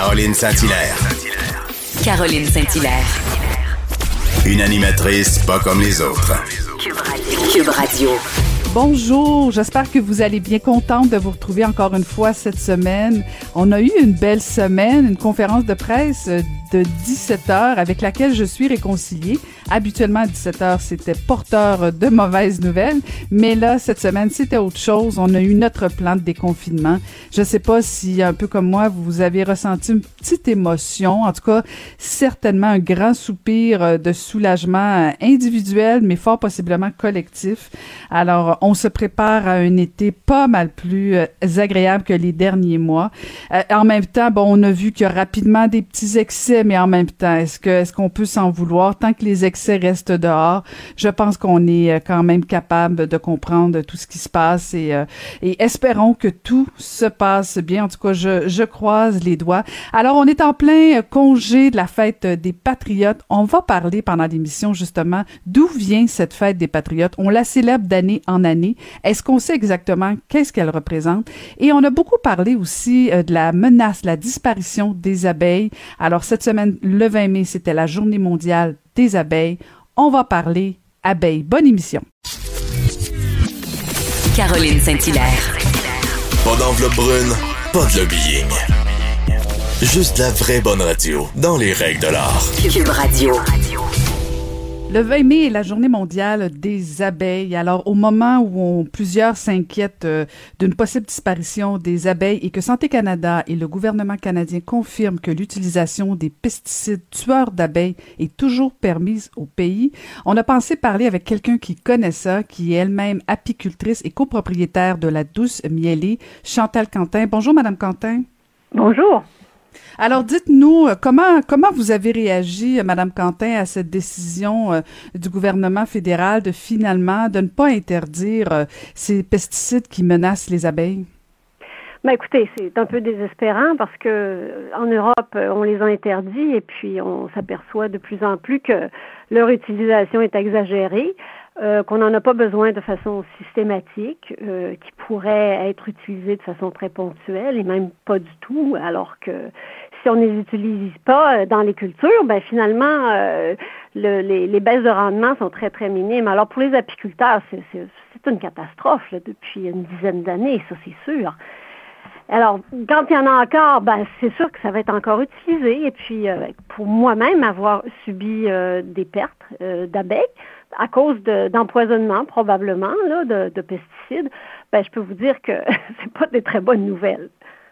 Caroline Saint-Hilaire. Caroline Saint-Hilaire. Une animatrice pas comme les autres. Cube Radio. Bonjour, j'espère que vous allez bien, contente de vous retrouver encore une fois cette semaine. On a eu une belle semaine, une conférence de presse de 17 heures avec laquelle je suis réconciliée. Habituellement, à 17 heures, c'était porteur de mauvaises nouvelles, mais là, cette semaine, c'était autre chose. On a eu notre plan de déconfinement. Je sais pas si, un peu comme moi, vous avez ressenti une petite émotion, en tout cas, certainement un grand soupir de soulagement individuel, mais fort possiblement collectif. Alors, on se prépare à un été pas mal plus agréable que les derniers mois. En même temps, bon, on a vu qu'il y a rapidement des petits excès, mais en même temps, est-ce qu'on peut s'en vouloir? Tant que les excès restent dehors, je pense qu'on est quand même capable de comprendre tout ce qui se passe et espérons que tout se passe bien. En tout cas, je croise les doigts. Alors, on est en plein congé de la fête des Patriotes. On va parler pendant l'émission, justement, d'où vient cette fête des Patriotes. On la célèbre d'année en année. Est-ce qu'on sait exactement qu'est-ce qu'elle représente? Et on a beaucoup parlé aussi de la menace, la disparition des abeilles. Alors, cette semaine, le 20 mai, c'était la Journée mondiale des abeilles. On va parler abeilles. Bonne émission. Caroline Saint-Hilaire. Pas d'enveloppe brune, pas de lobbying. Juste la vraie bonne radio, dans les règles de l'art. Cube Radio. Le 20 mai est la Journée mondiale des abeilles. Alors, au moment où plusieurs s'inquiètent d'une possible disparition des abeilles et que Santé Canada et le gouvernement canadien confirment que l'utilisation des pesticides tueurs d'abeilles est toujours permise au pays, on a pensé parler avec quelqu'un qui connaît ça, qui est elle-même apicultrice et copropriétaire de la Douce Mielée, Chantal Quentin. Bonjour, Madame Quentin. Bonjour. Alors, dites-nous, comment vous avez réagi, Madame Quentin, à cette décision du gouvernement fédéral de finalement de ne pas interdire ces pesticides qui menacent les abeilles? Ben écoutez, c'est un peu désespérant parce que en Europe, on les a interdits et puis on s'aperçoit de plus en plus que leur utilisation est exagérée, qu'on n'en a pas besoin de façon systématique, qui pourrait être utilisée de façon très ponctuelle et même pas du tout, alors que si on ne les utilise pas dans les cultures, ben finalement, les baisses de rendement sont très, très minimes. Alors pour les apiculteurs, c'est une catastrophe là, depuis une dizaine d'années, ça c'est sûr. Alors, quand il y en a encore, ben c'est sûr que ça va être encore utilisé. Et puis, pour moi-même, avoir subi des pertes d'abeilles à cause d'empoisonnement, probablement, là, de pesticides, ben je peux vous dire que c'est pas des très bonnes nouvelles.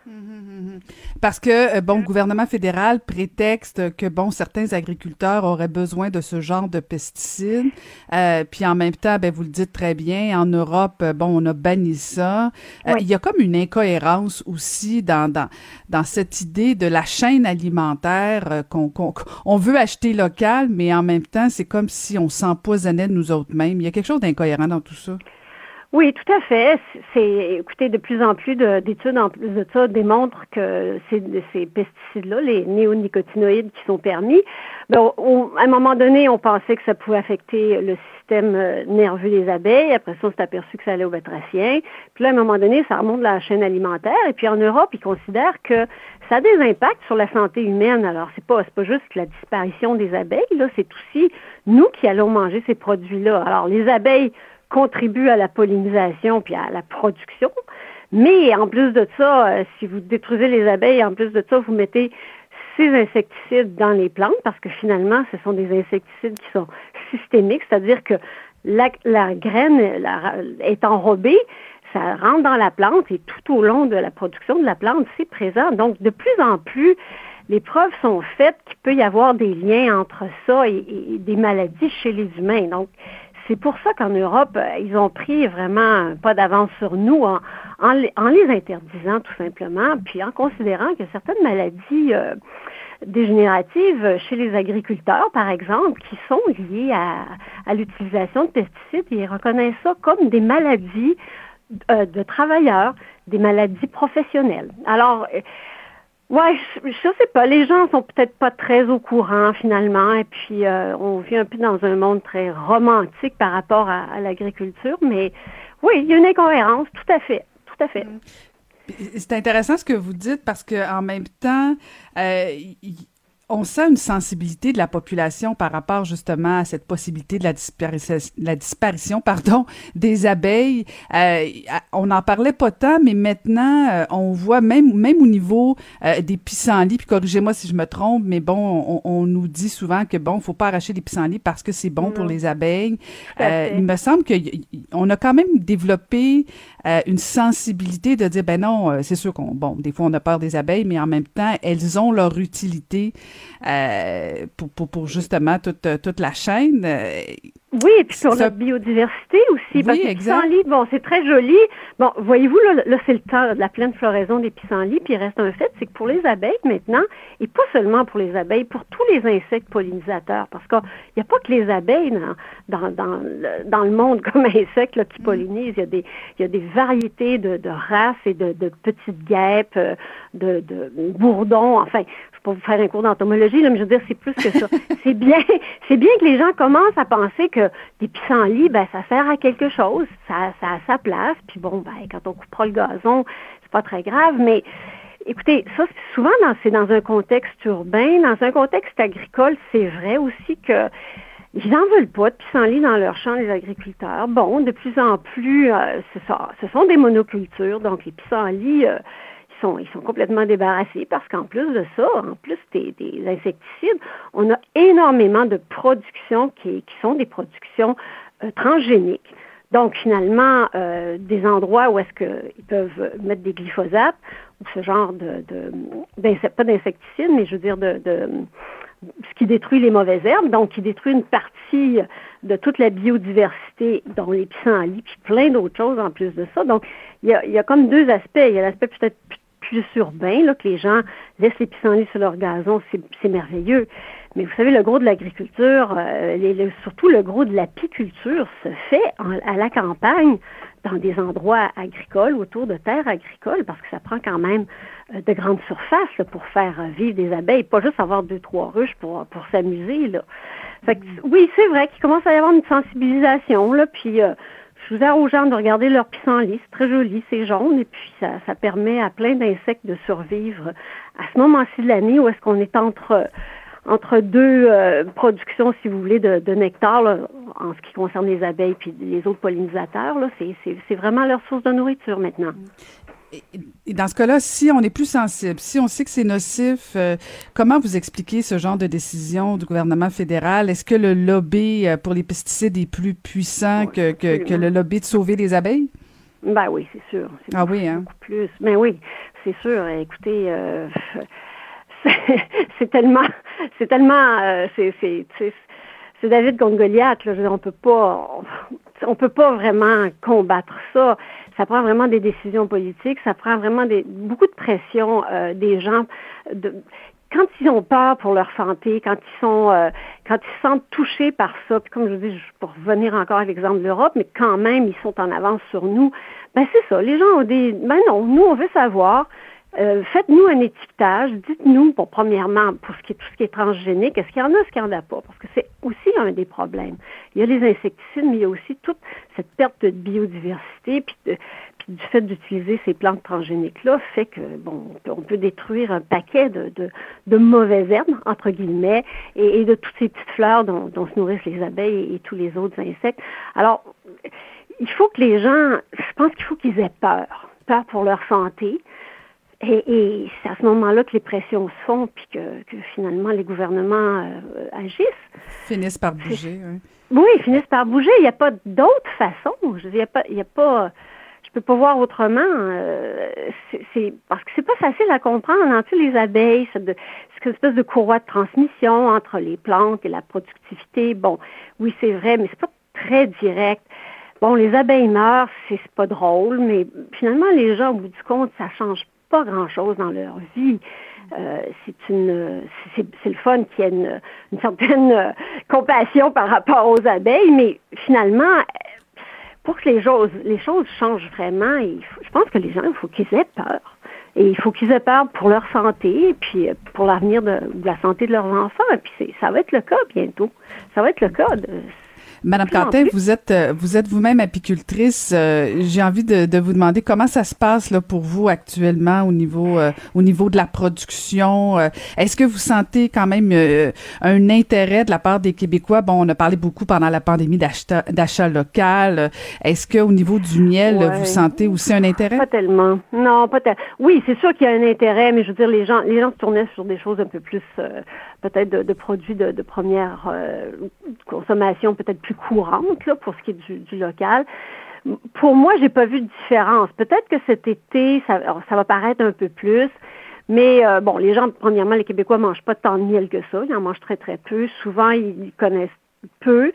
Parce que, le gouvernement fédéral prétexte que, certains agriculteurs auraient besoin de ce genre de pesticides. Puis en même temps, vous le dites très bien, en Europe, on a banni ça. Oui. Il y a comme une incohérence aussi dans cette idée de la chaîne alimentaire qu'on veut acheter local, mais en même temps, c'est comme si on s'empoisonnait de nous autres mêmes. Il y a quelque chose d'incohérent dans tout ça. Oui, tout à fait. Écoutez, de plus en plus d'études en plus de ça démontrent que ces pesticides-là, les néonicotinoïdes qui sont permis, à un moment donné, on pensait que ça pouvait affecter le système nerveux des abeilles. Après ça, on s'est aperçu que ça allait aux batraciens. Puis là, à un moment donné, ça remonte la chaîne alimentaire. Et puis en Europe, ils considèrent que ça a des impacts sur la santé humaine. Alors, c'est pas juste la disparition des abeilles, là, c'est aussi nous qui allons manger ces produits-là. Alors, les abeilles contribuent à la pollinisation puis à la production. Mais en plus de ça, si vous détruisez les abeilles, en plus de ça, vous mettez ces insecticides dans les plantes parce que finalement, ce sont des insecticides qui sont systémiques, c'est-à-dire que la graine est enrobée, ça rentre dans la plante et tout au long de la production de la plante, c'est présent. Donc, de plus en plus, les preuves sont faites qu'il peut y avoir des liens entre ça et des maladies chez les humains. Donc, c'est pour ça qu'en Europe, ils ont pris vraiment pas d'avance sur nous en les interdisant tout simplement, puis en considérant que certaines maladies dégénératives chez les agriculteurs, par exemple, qui sont liées à l'utilisation de pesticides, ils reconnaissent ça comme des maladies de travailleurs, des maladies professionnelles. Alors, ouais, je sais pas. Les gens sont peut-être pas très au courant finalement, et puis on vit un peu dans un monde très romantique par rapport à l'agriculture, mais oui, il y a une incohérence, tout à fait. C'est intéressant ce que vous dites parce que en même temps, on sent une sensibilité de la population par rapport justement à cette possibilité de la disparition, des abeilles. On n'en parlait pas tant, mais maintenant, on voit même au niveau des pissenlits, puis corrigez-moi si je me trompe, mais bon, on nous dit souvent que bon, faut pas arracher les pissenlits parce que c'est bon pour les abeilles. Il me semble qu'on a quand même développé une sensibilité de dire, ben non, c'est sûr des fois on a peur des abeilles, mais en même temps, elles ont leur utilité pour justement toute la chaîne. Oui, et puis pour notre biodiversité aussi, parce que les pissenlits, c'est très joli. Bon, voyez-vous, là c'est le temps de la pleine floraison des pissenlits, puis il reste un fait, c'est que pour les abeilles maintenant, et pas seulement pour les abeilles, pour tous les insectes pollinisateurs, parce qu'il n'y a pas que les abeilles dans le monde comme insectes là, qui pollinisent, il y a des variétés de races et de petites guêpes, de bourdons, enfin, je ne vais pas vous faire un cours d'entomologie, là, mais je veux dire, c'est plus que ça. C'est bien que les gens commencent à penser que des pissenlits, ça sert à quelque chose, ça a sa place, puis quand on coupera le gazon, c'est pas très grave, mais écoutez, ça, souvent, c'est dans un contexte urbain, dans un contexte agricole, c'est vrai aussi que ils n'en veulent pas de pissenlits dans leur champ, les agriculteurs. Bon, de plus en plus, ce sont des monocultures, donc les pissenlits, ils sont complètement débarrassés parce qu'en plus de ça, en plus des insecticides, on a énormément de productions qui sont des productions transgéniques. Donc, finalement, des endroits où est-ce qu'ils peuvent mettre des glyphosates ou ce genre pas d'insecticides, mais je veux dire ce qui détruit les mauvaises herbes, donc qui détruit une partie de toute la biodiversité, dont les pissenlits, puis plein d'autres choses en plus de ça. Donc, il y a comme deux aspects. Il y a l'aspect peut-être plus urbain, là, que les gens laissent les pissenlits sur leur gazon, c'est merveilleux. Mais vous savez, le gros de l'agriculture, surtout le gros de l'apiculture se fait à la campagne, dans des endroits agricoles, autour de terres agricoles, parce que ça prend quand même de grandes surfaces là, pour faire vivre des abeilles, pas juste avoir 2-3 ruches pour s'amuser. Là. Fait que, oui, c'est vrai qu'il commence à y avoir une sensibilisation, là, puis je suggère aux gens de regarder leur pissenlit, c'est très joli, c'est jaune, et puis ça permet à plein d'insectes de survivre à ce moment-ci de l'année où est-ce qu'on est entre deux productions, si vous voulez, de nectar, là, en ce qui concerne les abeilles puis les autres pollinisateurs, là, c'est vraiment leur source de nourriture maintenant. Et dans ce cas-là, si on est plus sensible, si on sait que c'est nocif, comment vous expliquez ce genre de décision du gouvernement fédéral? Est-ce que le lobby pour les pesticides est plus puissant que le lobby de sauver les abeilles? Ben oui, c'est sûr. Beaucoup plus. Ben oui, c'est sûr. Écoutez, c'est David contre Goliath, là. On peut pas vraiment combattre ça. Ça prend vraiment des décisions politiques, ça prend vraiment beaucoup de pression des gens. Quand ils ont peur pour leur santé, quand ils se sentent touchés par ça, puis comme je vous dis, pour revenir encore à l'exemple de l'Europe, mais quand même, ils sont en avance sur nous, c'est ça. Les gens ont non, nous, on veut savoir. Faites-nous un étiquetage, dites-nous, premièrement, pour tout ce qui est transgénique, est-ce qu'il y en a, est-ce qu'il n'y en a pas? Parce que c'est aussi un des problèmes. Il y a les insecticides, mais il y a aussi toute cette perte de biodiversité, puis du fait d'utiliser ces plantes transgéniques-là, fait que, on peut détruire un paquet de mauvaises herbes, entre guillemets, et de toutes ces petites fleurs dont se nourrissent les abeilles et tous les autres insectes. Alors, il faut que les gens, je pense qu'il faut qu'ils aient peur pour leur santé. Et c'est à ce moment-là que les pressions se font, puis que finalement les gouvernements agissent. Finissent par bouger, oui. Oui, ils finissent par bouger. Il n'y a pas d'autre façon. Je veux dire, il y a pas. Je peux pas voir autrement. C'est parce que c'est pas facile à comprendre. En fait, les abeilles, c'est une espèce de courroie de transmission entre les plantes et la productivité. Bon, oui, c'est vrai, mais c'est pas très direct. Bon, les abeilles meurent, c'est pas drôle, mais finalement, les gens, au bout du compte, ça change pas grand-chose dans leur vie. C'est le fun qu'il y ait une certaine compassion par rapport aux abeilles, mais finalement, pour que les choses changent vraiment, je pense que les gens, il faut qu'ils aient peur. Et il faut qu'ils aient peur pour leur santé, et puis pour l'avenir de la santé de leurs enfants. Et puis ça va être le cas bientôt. Ça va être le cas. Madame Quentin, vous êtes vous-même apicultrice. J'ai envie de vous demander comment ça se passe là pour vous actuellement au niveau de la production. Est-ce que vous sentez quand même un intérêt de la part des Québécois? Bon, on a parlé beaucoup pendant la pandémie d'achat local. Est-ce que au niveau du miel, vous sentez aussi un intérêt? Pas tellement. Non, pas tellement. Oui, c'est sûr qu'il y a un intérêt, mais je veux dire, les gens se tournaient sur des choses un peu plus, peut-être de produits de première consommation, peut-être plus courantes, là, pour ce qui est du local. Pour moi, j'ai pas vu de différence. Peut-être que cet été, ça va paraître un peu plus. Mais bon, les gens, premièrement, les Québécois mangent pas tant de miel que ça. Ils en mangent très, très peu. Souvent, ils connaissent peu.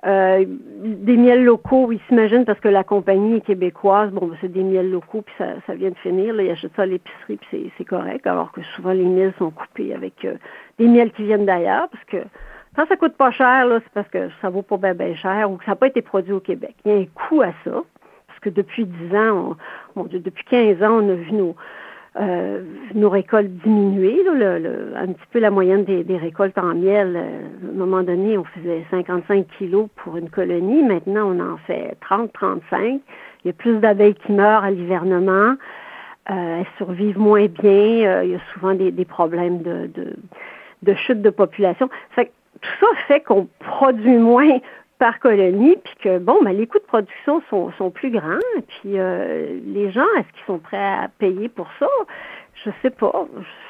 Des miels locaux, ils s'imaginent parce que la compagnie est québécoise, bon, c'est des miels locaux, puis ça vient de finir. Là, ils achètent ça à l'épicerie, puis c'est correct, alors que souvent, les miels sont coupés avec des miels qui viennent d'ailleurs, parce que quand ça coûte pas cher, là, c'est parce que ça vaut pas bien cher ou que ça n'a pas été produit au Québec. Il y a un coût à ça, parce que depuis 10 ans, depuis 15 ans, on a vu nos récoltes diminuer, là, un petit peu la moyenne des récoltes en miel. À un moment donné, on faisait 55 kilos pour une colonie. Maintenant, on en fait 30, 35. Il y a plus d'abeilles qui meurent à l'hivernement. Elles survivent moins bien. Il y a souvent des problèmes de chute de population. Fait que tout ça fait qu'on produit moins par colonie, puis que, bon, les coûts de production sont plus grands, puis les gens, est-ce qu'ils sont prêts à payer pour ça? Je sais pas,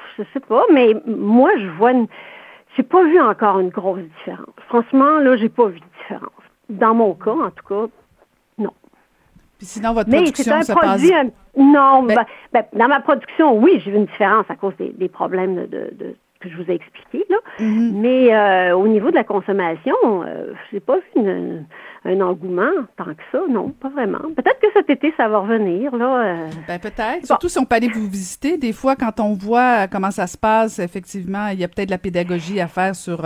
mais moi, j'ai pas vu encore une grosse différence. Franchement, là, j'ai pas vu de différence. Dans mon cas, en tout cas, non. Puis sinon, votre production se passe... Non, dans ma production, oui, j'ai vu une différence à cause des problèmes que je vous ai expliqué, là. Mm-hmm. Mais au niveau de la consommation, j'ai pas vu un engouement tant que ça, non, pas vraiment. Peut-être que cet été, ça va revenir, là. Peut-être. Bon. Surtout si on peut aller vous visiter. Des fois, quand on voit comment ça se passe, effectivement, il y a peut-être de la pédagogie à faire sur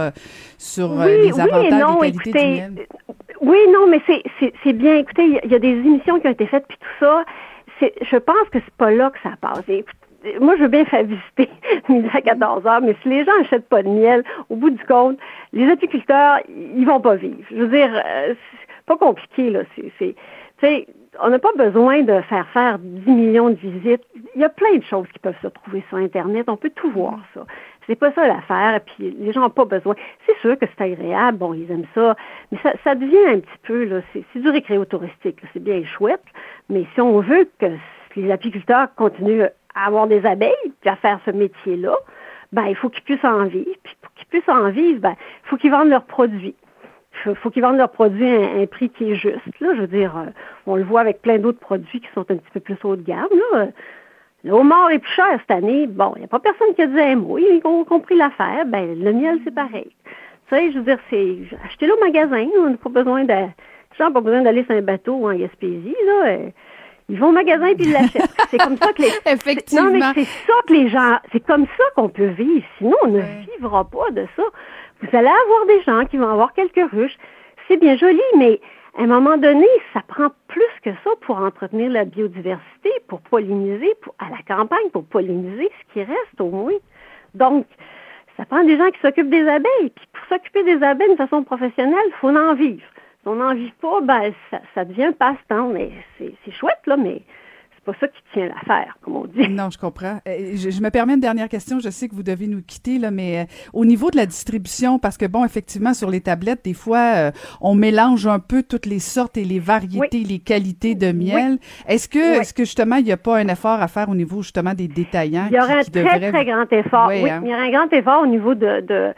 les avantages et les qualités du miel. Oui, non, mais c'est bien. Écoutez, il y a des émissions qui ont été faites, puis tout ça. Je pense que c'est pas là que ça passe. Moi, je veux bien faire visiter midi à 14 heures, mais si les gens n'achètent pas de miel, au bout du compte, les apiculteurs, ils vont pas vivre. Je veux dire, c'est pas compliqué, là. Tu sais, on n'a pas besoin de faire 10 millions de visites. Il y a plein de choses qui peuvent se trouver sur Internet. On peut tout voir, ça. C'est pas ça l'affaire, puis les gens n'ont pas besoin. C'est sûr que c'est agréable, bon, ils aiment ça, mais ça devient un petit peu, là, c'est du récréo-touristique, là. C'est bien chouette, mais si on veut que les apiculteurs continuent à avoir des abeilles, puis à faire ce métier-là, il faut qu'ils puissent en vivre. Puis pour qu'ils puissent en vivre, il faut qu'ils vendent leurs produits. Il faut qu'ils vendent leurs produits à un prix qui est juste. Là, je veux dire, on le voit avec plein d'autres produits qui sont un petit peu plus haut de gamme. Là. Le homard est plus cher cette année. Bon, il n'y a pas personne qui a dit un mot. Ils ont compris l'affaire. Le miel, c'est pareil. Tu sais, je veux dire, achetez-le au magasin. On n'a pas besoin les gens n'ont pas besoin d'aller sur un bateau ou en Gaspésie, là. Ils vont au magasin et puis ils l'achètent. C'est comme ça que Effectivement. Non, mais c'est ça que les gens... C'est comme ça qu'on peut vivre. Sinon, on ne vivra pas de ça. Vous allez avoir des gens qui vont avoir quelques ruches. C'est bien joli, mais à un moment donné, ça prend plus que ça pour entretenir la biodiversité, pour polliniser, à la campagne, pour polliniser ce qui reste au moins. Donc, ça prend des gens qui s'occupent des abeilles. Puis pour s'occuper des abeilles de façon professionnelle, il faut en vivre. Si on n'en vit pas, ça devient un passe-temps. Mais c'est chouette, là, mais c'est pas ça qui tient l'affaire, comme on dit. Non, je comprends. Je me permets une dernière question. Je sais que vous devez nous quitter, là, mais au niveau de la distribution, parce que, bon, effectivement, sur les tablettes, des fois, on mélange un peu toutes les sortes et les variétés, les qualités de miel. Oui. Est-ce que, justement, il n'y a pas un effort à faire au niveau, justement, des détaillants? Il y aurait un très, très grand effort. Oui, il y aurait un grand effort au niveau de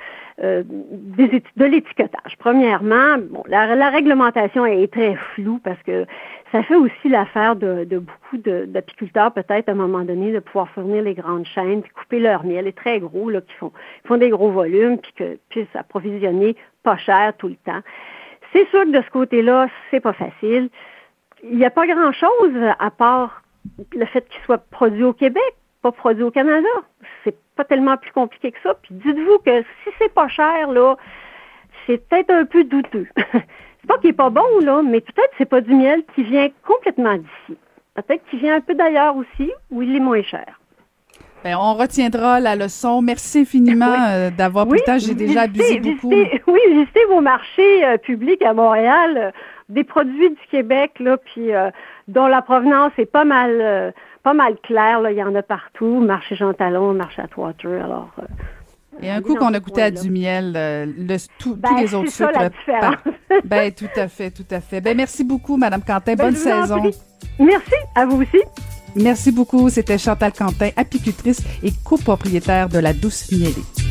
l'étiquetage. Premièrement, bon, la réglementation est très floue parce que ça fait aussi l'affaire de beaucoup d'apiculteurs, peut-être à un moment donné, de pouvoir fournir les grandes chaînes, puis couper leur miel, les très gros, là, qui font des gros volumes, puis que puissent approvisionner pas cher tout le temps. C'est sûr que de ce côté-là, c'est pas facile. Il n'y a pas grand-chose à part le fait qu'il soit produit au Québec, pas produit au Canada. C'est pas tellement plus compliqué que ça. Puis dites-vous que si c'est pas cher, là, c'est peut-être un peu douteux. C'est pas qu'il est pas bon, là, mais peut-être que c'est pas du miel qui vient complètement d'ici. Peut-être qu'il vient un peu d'ailleurs aussi, où il est moins cher. Ben, on retiendra la leçon. Merci infiniment d'avoir pris le temps. J'ai déjà abusé beaucoup. Visitez vos marchés publics à Montréal, des produits du Québec, là, puis dont la provenance est pas mal claire. Là. Il y en a partout. Marché Jean Talon, marché Atwater. Alors. Et un coup qu'on a goûté à du miel, tous les autres sucres. C'est ça la différence. Ben, tout à fait. Ben, merci beaucoup, Madame Quentin. Bonne saison. Merci, à vous aussi. Merci beaucoup. C'était Chantal Quentin, apicultrice et copropriétaire de La Douce Miellée.